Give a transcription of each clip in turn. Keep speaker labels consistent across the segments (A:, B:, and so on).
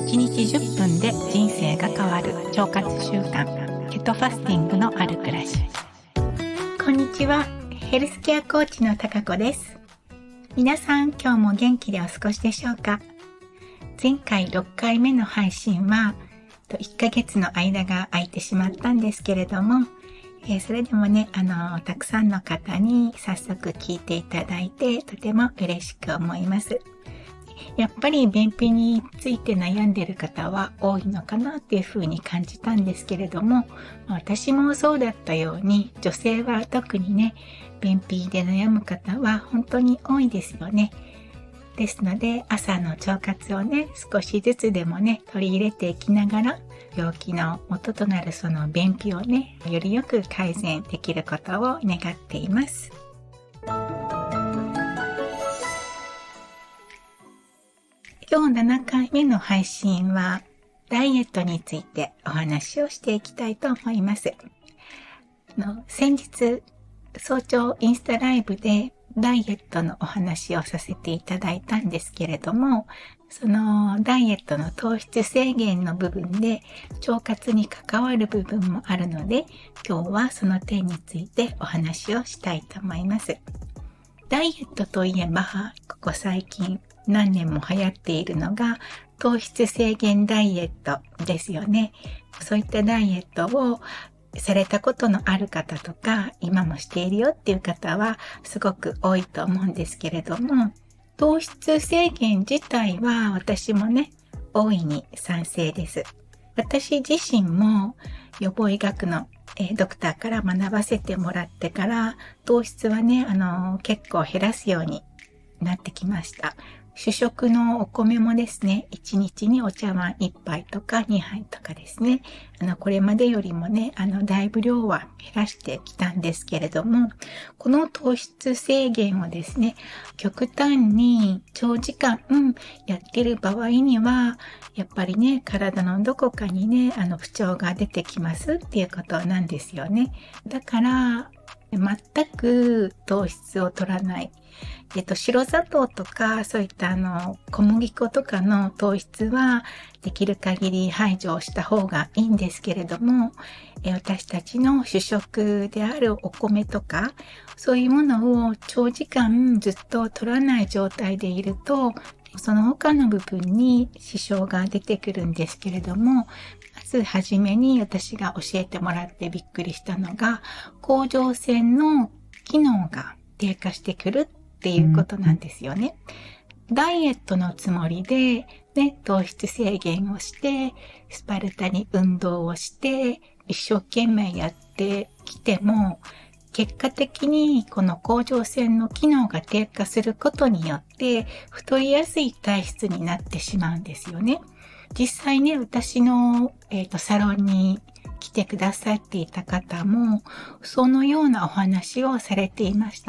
A: 1日10分で人生が変わる腸活習慣、ケトファスティングのある暮らし。こんにちは、ヘルスケアコーチの高子です。皆さん、今日も元気でお過ごしでしょうか。前回6回目の配信は1ヶ月の間が空いてしまったんですけれども、それでもね、たくさんの方に早速聞いていただいて、とても嬉しく思います。やっぱり便秘について悩んでいる方は多いのかなっていうふうに感じたんですけれども、私もそうだったように、女性は特にね、便秘で悩む方は本当に多いですよね。ですので、朝の腸活をね、少しずつでもね、取り入れていきながら、病気の元となるその便秘をね、よりよく改善できることを願っています。今日7回目の配信は、ダイエットについてお話をしていきたいと思います。先日、早朝インスタライブでダイエットのお話をさせていただいたんですけれども、そのダイエットの糖質制限の部分で腸活に関わる部分もあるので、今日はその点についてお話をしたいと思います。ダイエットといえば、ここ最近何年も流行っているのが糖質制限ダイエットですよね。そういったダイエットをされたことのある方とか、今もしているよっていう方はすごく多いと思うんですけれども、糖質制限自体は私もね、大いに賛成です。私自身も予防医学のドクターから学ばせてもらってから、糖質はね、結構減らすようになってきました。主食のお米もですね、1日にお茶碗1杯とか2杯とかですね、これまでよりもね、だいぶ量は減らしてきたんですけれども、この糖質制限をですね、極端に長時間、やってる場合には、やっぱりね、体のどこかにね、不調が出てきますっていうことなんですよね。だから、全く糖質を取らない。白砂糖とか、そういった小麦粉とかの糖質は、できる限り排除した方がいいんですけれども、私たちの主食であるお米とか、そういうものを長時間ずっと取らない状態でいると、その他の部分に支障が出てくるんですけれども、まずはじめに私が教えてもらってびっくりしたのが、甲状腺の機能が低下してくるっていうことなんですよね。ダイエットのつもりで、ね、糖質制限をして、スパルタに運動をして、一生懸命やってきても、結果的にこの甲状腺の機能が低下することによって、太りやすい体質になってしまうんですよね。実際ね、私の、サロンに来てくださっていた方も、そのようなお話をされていました。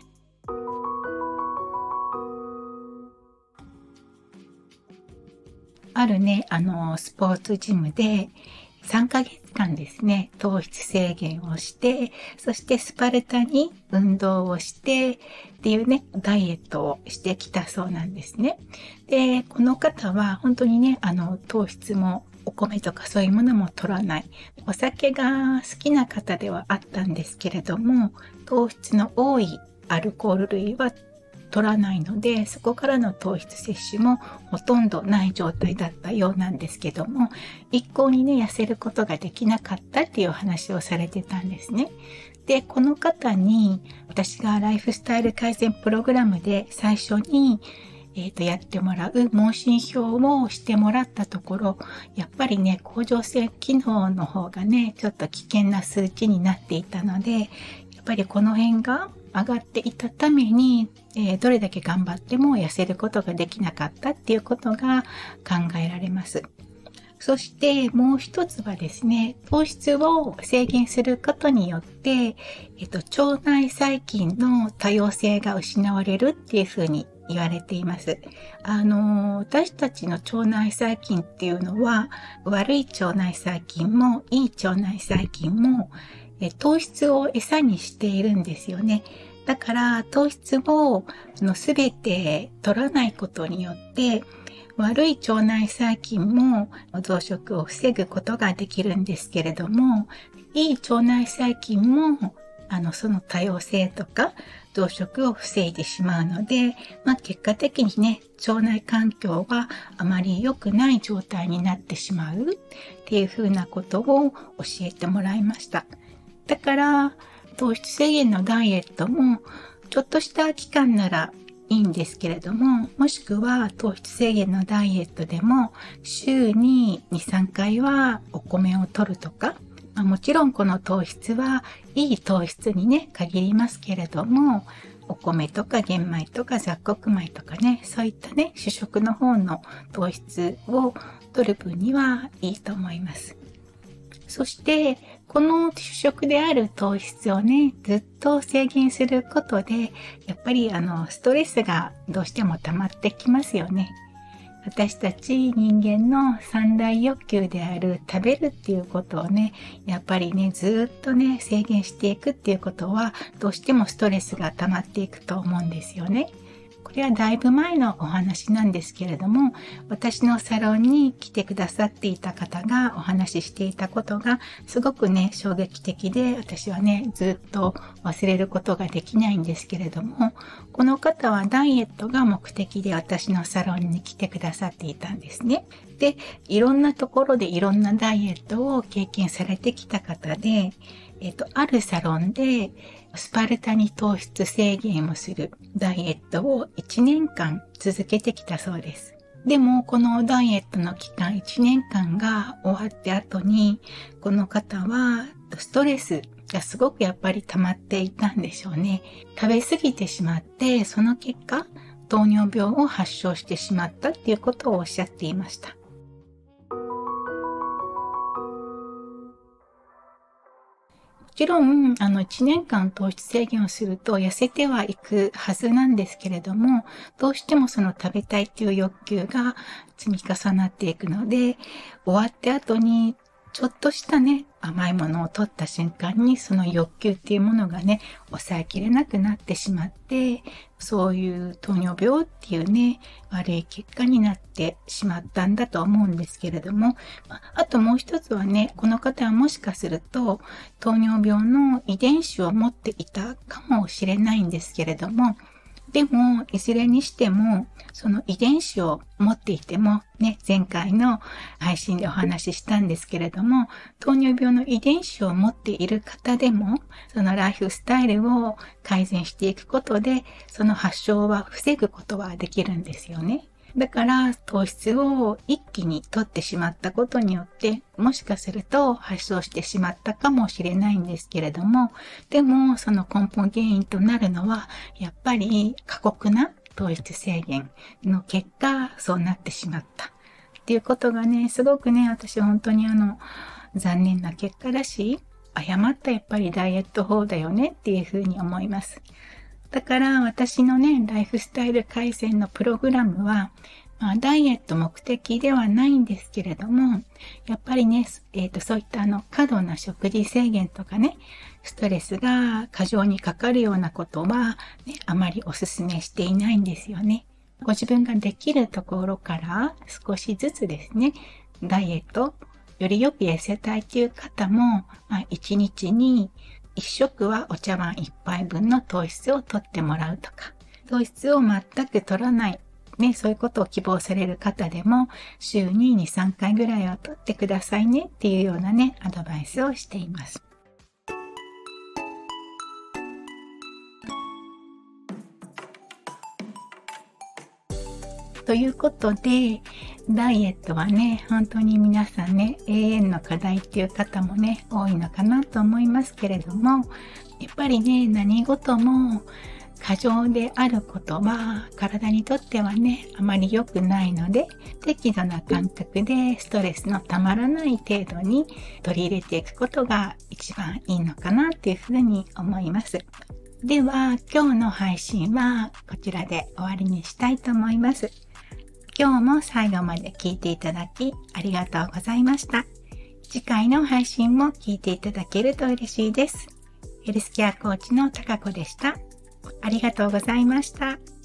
A: あるね、スポーツジムで3ヶ月間ですね、糖質制限をして、そしてスパルタに運動をしてっていうね、ダイエットをしてきたそうなんですね。で、この方は本当にね、糖質もお米とかそういうものも取らない。お酒が好きな方ではあったんですけれども、糖質の多いアルコール類は取らないので、そこからの糖質摂取もほとんどない状態だったようなんですけども、一向にね、痩せることができなかったっていう話をされてたんですね。で、この方に私がライフスタイル改善プログラムで最初にやってもらう問診票をしてもらったところ、やっぱりね、甲状腺機能の方がね、ちょっと危険な数値になっていたので、やっぱりこの辺が上がっていたために、どれだけ頑張っても痩せることができなかったっていうことが考えられます。そしてもう一つはですね、糖質を制限することによって、腸内細菌の多様性が失われるっていうふうに言われています。私たちの腸内細菌っていうのは、悪い腸内細菌もいい腸内細菌も、糖質を餌にしているんですよね。だから糖質をすべて取らないことによって、 悪い腸内細菌も増殖を防ぐことができるんですけれども、いい腸内細菌もその多様性とか増殖を防いでしまうので、結果的にね、腸内環境はあまり良くない状態になってしまうっていうふうなことを教えてもらいました。だから糖質制限のダイエットもちょっとした期間ならいいんですけれども、もしくは糖質制限のダイエットでも週に2、3回はお米を摂るとか、もちろんこの糖質はいい糖質にね、限りますけれども、お米とか玄米とか雑穀米とかね、そういったね、主食の方の糖質を摂る分にはいいと思います。そして、この主食である糖質をね、ずっと制限することで、やっぱりストレスがどうしても溜まってきますよね。私たち人間の三大欲求である食べるっていうことをね、やっぱりね、ずっとね、制限していくっていうことは、どうしてもストレスが溜まっていくと思うんですよね。これはだいぶ前のお話なんですけれども、私のサロンに来てくださっていた方がお話ししていたことがすごくね、衝撃的で、私はね、ずっと忘れることができないんですけれども、この方はダイエットが目的で私のサロンに来てくださっていたんですね。で、いろんなところでいろんなダイエットを経験されてきた方で、あるサロンでスパルタに糖質制限をするダイエットを1年間続けてきたそうです。でもこのダイエットの期間1年間が終わって後に、この方はストレスがすごくやっぱり溜まっていたんでしょうね。食べ過ぎてしまって、その結果糖尿病を発症してしまったっていうことをおっしゃっていました。もちろん、1年間糖質制限をすると痩せてはいくはずなんですけれども、どうしてもその食べたいっていう欲求が積み重なっていくので、終わって後にちょっとしたね、甘いものを取った瞬間にその欲求っていうものがね、抑えきれなくなってしまって、そういう糖尿病っていうね、悪い結果になってしまったんだと思うんですけれども、あともう一つはね、この方はもしかすると糖尿病の遺伝子を持っていたかもしれないんですけれども、でも、いずれにしても、その遺伝子を持っていても、ね、前回の配信でお話ししたんですけれども、糖尿病の遺伝子を持っている方でも、そのライフスタイルを改善していくことで、その発症は防ぐことはできるんですよね。だから糖質を一気に取ってしまったことによって、もしかすると発症してしまったかもしれないんですけれども、でもその根本原因となるのは、やっぱり過酷な糖質制限の結果、そうなってしまったっていうことがね、すごくね、私本当に残念な結果だし、誤ったやっぱりダイエット法だよねっていうふうに思います。だから私のね、ライフスタイル改善のプログラムは、ダイエット目的ではないんですけれども、やっぱりね、そういった過度な食事制限とかね、ストレスが過剰にかかるようなことは、ね、あまりお勧めしていないんですよね。ご自分ができるところから少しずつですね、ダイエット、よりよく痩せたいという方も、1日に1食はお茶碗1杯分の糖質を取ってもらうとか、糖質を全く取らない、ね、そういうことを希望される方でも、週に2、3回ぐらいは取ってくださいねっていうようなね、アドバイスをしています。ということで、ダイエットはね、本当に皆さんね、永遠の課題っていう方もね、多いのかなと思いますけれども、やっぱりね、何事も過剰であることは体にとってはね、あまり良くないので、適度な感覚でストレスのたまらない程度に取り入れていくことが一番いいのかなっていうふうに思います。では、今日の配信はこちらで終わりにしたいと思います。今日も最後まで聞いていただきありがとうございました。次回の配信も聞いていただけると嬉しいです。ヘルスケアコーチの高子でした。ありがとうございました。